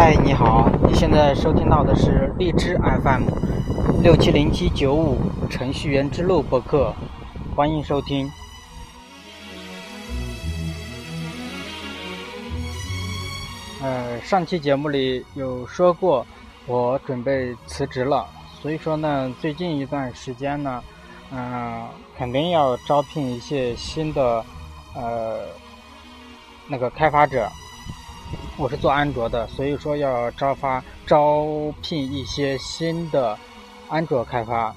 嗨，你好，你现在收听到的是荔枝 FM 670795程序员之路播客，欢迎收听。上期节目里有说过我准备辞职了，所以说呢，最近一段时间呢，肯定要招聘一些新的那个开发者。我是做安卓的，所以说要招聘一些新的安卓开发。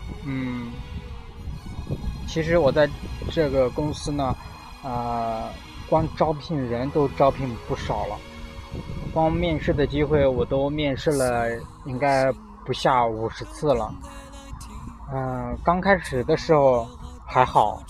其实我在这个公司呢，光招聘人都招聘不少了，光面试的机会我都面试了应该不下50次了。刚开始的时候还好。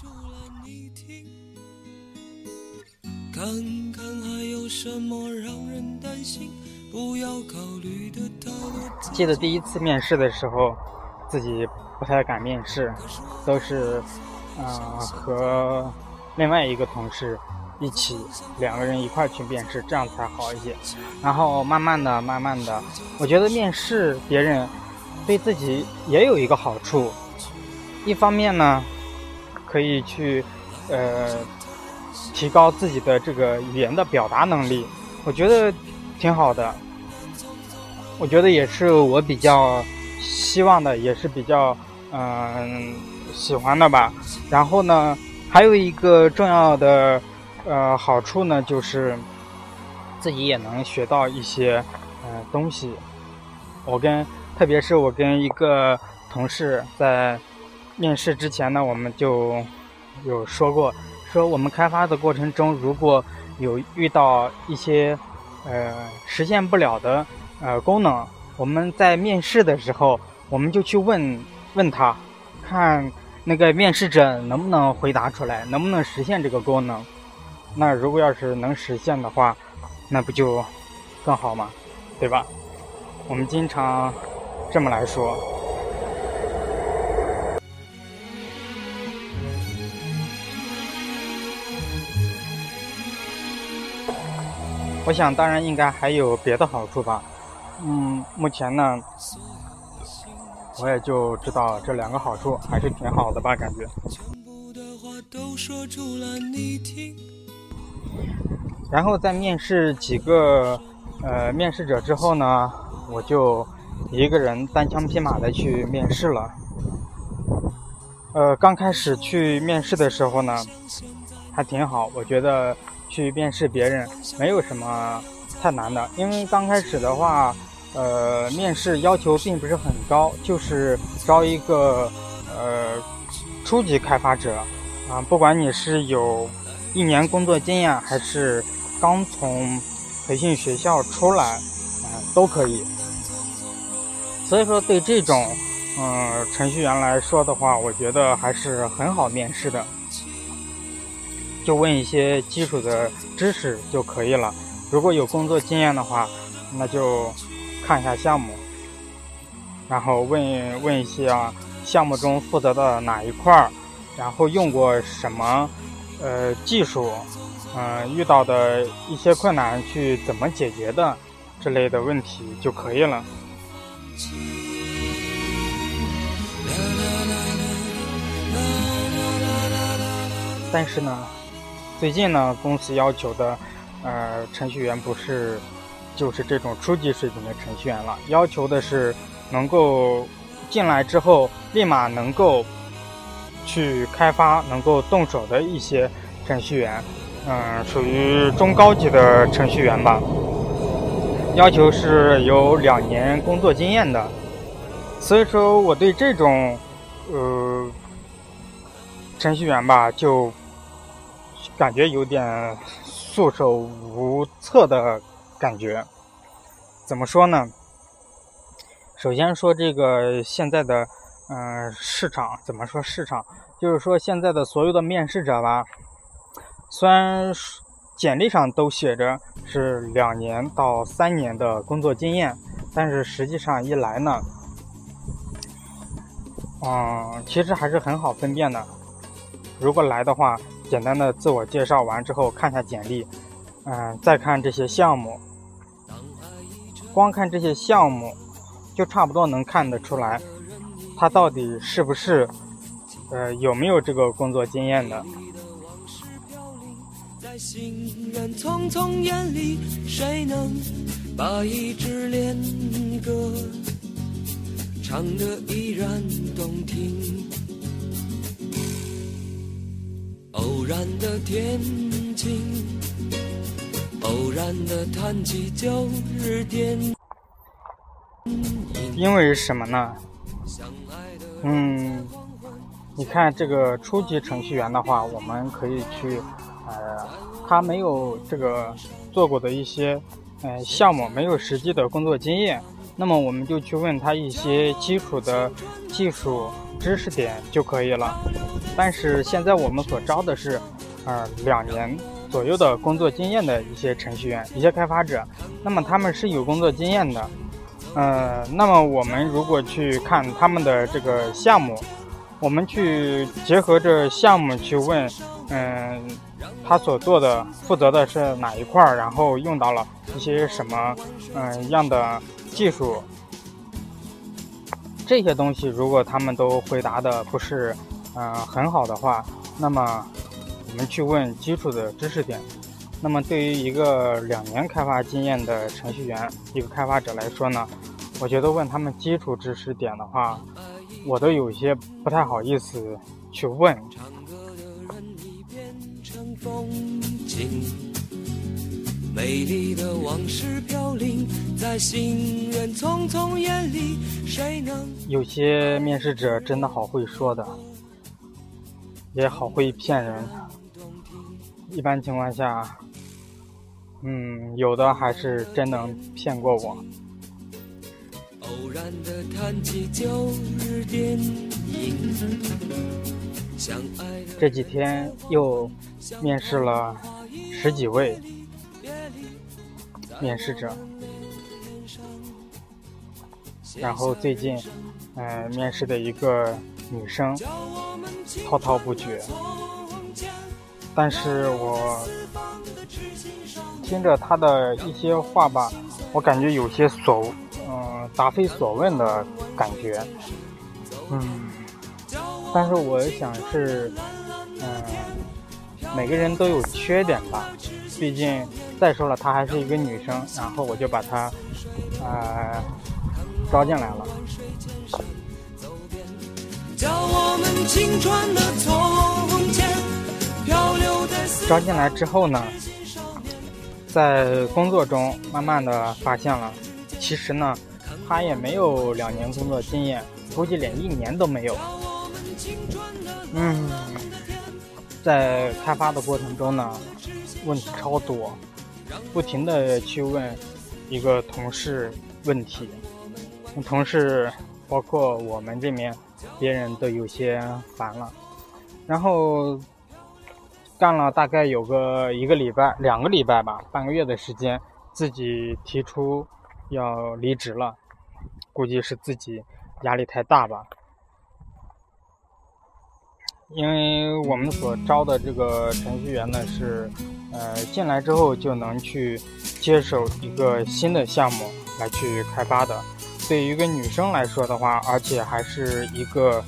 看看还有什么让人担心，不要考虑的太多。记得第一次面试的时候，自己不太敢面试，都是和另外一个同事一起2个人一块去面试，这样才好一些。然后慢慢的，我觉得面试别人对自己也有一个好处，一方面呢，可以去提高自己的这个语言的表达能力，我觉得挺好的。我觉得也是我比较希望的，也是比较喜欢的吧。然后呢，还有一个重要的好处呢，就是自己也能学到一些东西。特别是我跟一个同事在面试之前呢，我们就有说过，说我们开发的过程中，如果有遇到一些实现不了的功能，我们在面试的时候，我们就去问他，看那个面试者能不能回答出来，能不能实现这个功能。那如果要是能实现的话，那不就更好吗？对吧？我们经常这么来说。我想当然应该还有别的好处吧。目前呢，我也就知道这2个好处，还是挺好的吧，感觉。然后在面试几个面试者之后呢，我就一个人单枪匹马的去面试了。刚开始去面试的时候呢，还挺好，我觉得去面试别人没有什么太难的，因为刚开始的话，面试要求并不是很高，就是招一个初级开发者不管你是有1年工作经验，还是刚从培训学校出来都可以。所以说对这种程序员来说的话，我觉得还是很好面试的，就问一些基础的知识就可以了。如果有工作经验的话，那就看一下项目，然后问一些项目中负责的哪一块，然后用过什么技术，遇到的一些困难去怎么解决的之类的问题就可以了。但是呢，最近呢，公司要求的程序员不是就是这种初级水平的程序员了，要求的是能够进来之后立马能够去开发，能够动手的一些程序员，属于中高级的程序员吧，要求是有2年工作经验的。所以说我对这种程序员吧，就感觉有点束手无策的感觉。怎么说呢？首先说这个现在的市场，怎么说市场？就是说现在的所有的面试者吧，虽然简历上都写着是2年到3年的工作经验，但是实际上一来呢，其实还是很好分辨的。如果来的话，简单的自我介绍完之后，看下简历，再看这些项目， 光看这些项目就差不多能看得出来他到底是不是有没有这个工作经验的。 在行人匆匆眼里，谁能把一支恋歌唱得依然动听？偶然的天晴，偶然的谈起旧日电影。 因为什么呢？你看这个初级程序员的话，我们可以去他没有这个做过的一些项目，没有实际的工作经验，那么我们就去问他一些基础的技术知识点就可以了。但是现在我们所招的是2年左右的工作经验的一些程序员，一些开发者，那么他们是有工作经验的。那么我们如果去看他们的这个项目，我们去结合着项目去问他所做的负责的是哪一块，然后用到了一些什么样的技术，这些东西如果他们都回答的不是很好的话，那么我们去问基础的知识点。那么对于一个2年开发经验的程序员，一个开发者来说呢，我觉得问他们基础知识点的话，我都有些不太好意思去问。 美丽的往事飘零在行人匆匆眼里，谁能？ 有些面试者真的好会说的，也好会骗人。一般情况下有的还是真能骗过我。 偶然的谈起旧日电影， 这几天又面试了10几位面试者，然后最近面试的一个女生滔滔不绝，但是我听着她的一些话吧，我感觉有些答非所问的感觉。但是我想是每个人都有缺点吧，毕竟再说了她还是一个女生，然后我就把她招进来了。招进来之后呢，在工作中慢慢的发现了，其实呢他也没有2年工作经验，估计连1年都没有。在开发的过程中呢，问题超多，不停的去问一个同事问题，同事包括我们这边别人都有些烦了，然后干了大概有个1个礼拜2个礼拜吧，半个月的时间，自己提出要离职了，估计是自己压力太大吧。因为我们所招的这个程序员呢是进来之后就能去接手一个新的项目来去开发的。对于一个女生来说的话，而且还是一个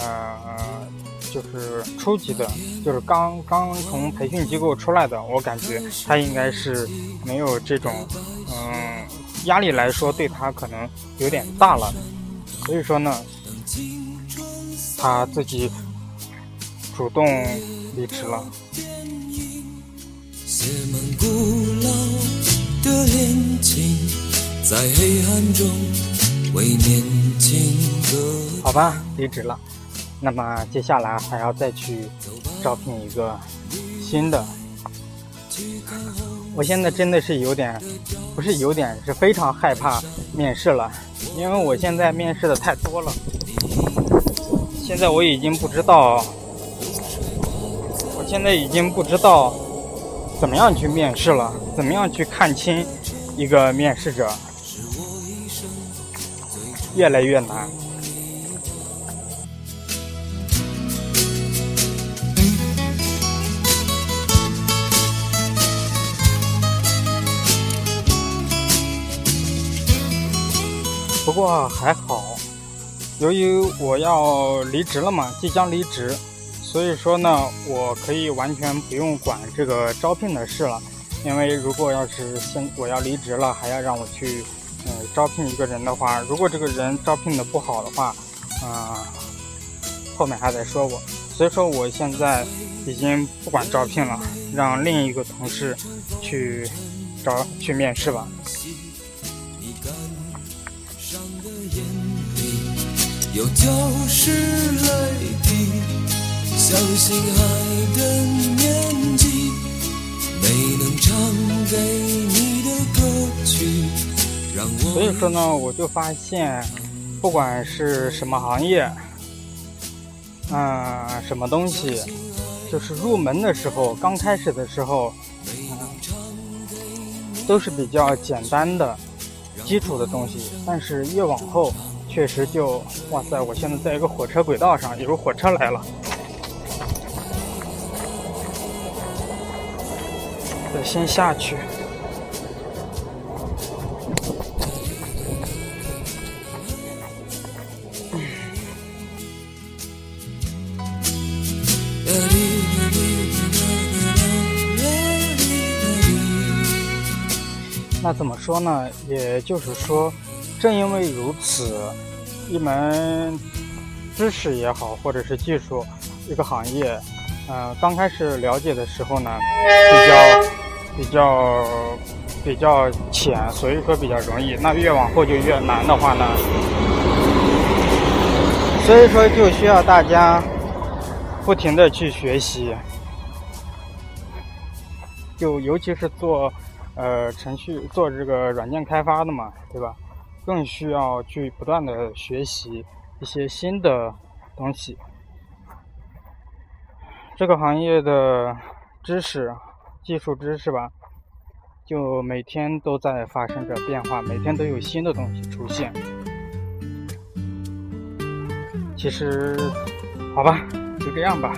就是初级的，就是刚从培训机构出来的，我感觉她应该是没有这种压力来说，对她可能有点大了。所以说呢，她自己主动离职了。 写满古老的恋情，在黑暗中为年轻歌。 好吧，离职了。那么接下来还要再去招聘一个新的。我现在真的是是非常害怕面试了，因为我现在面试的太多了。现在我已经不知道怎么样去面试了，怎么样去看清一个面试者，越来越难。 不过还好，由于我要离职了嘛，即将离职，所以说呢，我可以完全不用管这个招聘的事了。因为如果要是我要离职了，还要让我去招聘一个人的话，如果这个人招聘的不好的话，后面还得说我。所以说我现在已经不管招聘了，让另一个同事去面试吧。 有就是泪滴，像心海的年纪，没能唱给你的歌曲，让我。 所以说呢，我就发现不管是什么行业什么东西，就是入门的时候，刚开始的时候都是比较简单的基础的东西，但是越往后确实就哇塞，我现在在一个火车轨道上，有个火车来了，得先下去。那怎么说呢？也就是说，正因为如此，一门知识也好，或者是技术，一个行业，刚开始了解的时候呢，比较浅，所以说比较容易。那越往后就越难的话呢，所以说就需要大家不停的去学习，就尤其是做做这个软件开发的嘛，对吧？更需要去不断的学习一些新的东西。这个行业的知识、技术知识吧，就每天都在发生着变化，每天都有新的东西出现。其实，好吧，就这样吧。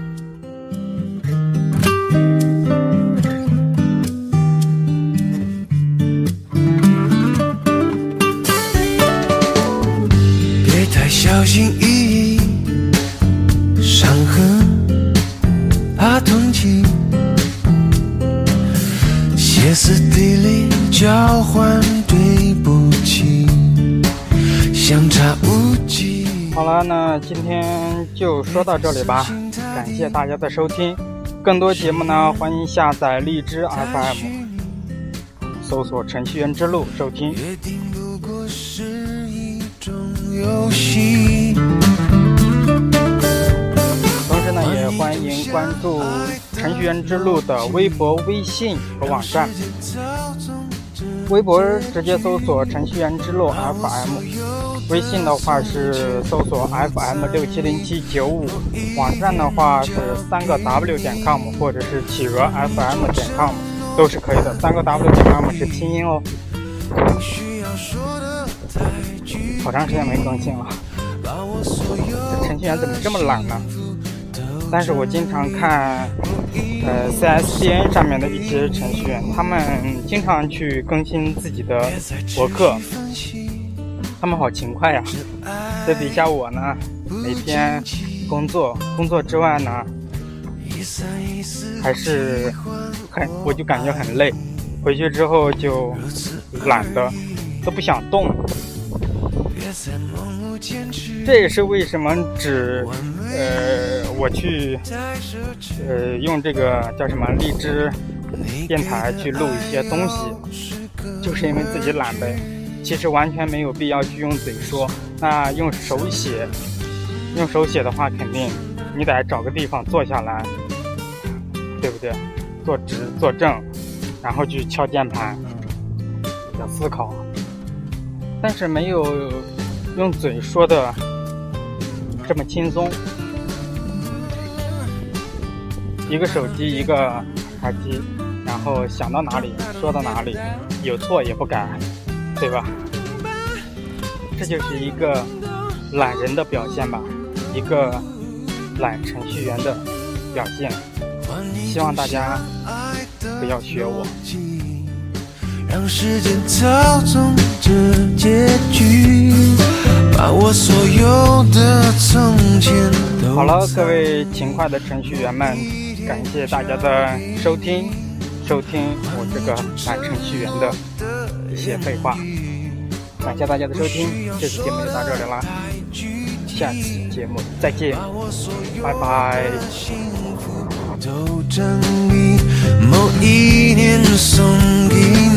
小心翼翼，伤痕怕痛起，歇斯底里交换对不起，相差无几。 好了，那今天就说到这里吧，感谢大家的收听。更多节目呢，欢迎下载荔枝 FM， 搜索程序员之路收听。 游戏， 同时呢，也欢迎关注程序员之路的微博、微信和网站。微博直接搜索程序员之路 FM， 微信的话是搜索 FM670795，网站的话是3w.com 或者是企鹅 FM.com 都是可以的。3w.com 是拼音哦。好长时间没更新了，这程序员怎么这么懒呢？但是我经常看CSDN 上面的一些程序员，他们经常去更新自己的博客，他们好勤快呀。对比一下我呢，每天工作之外呢，还是我就感觉很累，回去之后就懒得都不想动。这也是为什么我去用这个叫什么荔枝电台去录一些东西，就是因为自己懒呗。其实完全没有必要去用嘴说，那用手写的话，肯定你得找个地方坐下来，对不对？坐直坐正，然后去敲键盘，要思考。但是没有用嘴说的这么轻松，一个手机一个耳机，然后想到哪里说到哪里，有错也不改，对吧？这就是一个懒人的表现吧，一个懒程序员的表现。希望大家不要学我。 让时间操纵这结局。 所有的从前都好了，各位勤快的程序员们，感谢大家的收听我这个懒程序员的一些废话。感谢大家的收听，这期节目就到这里啦，下期节目再见，拜拜。 都整理某一年送给你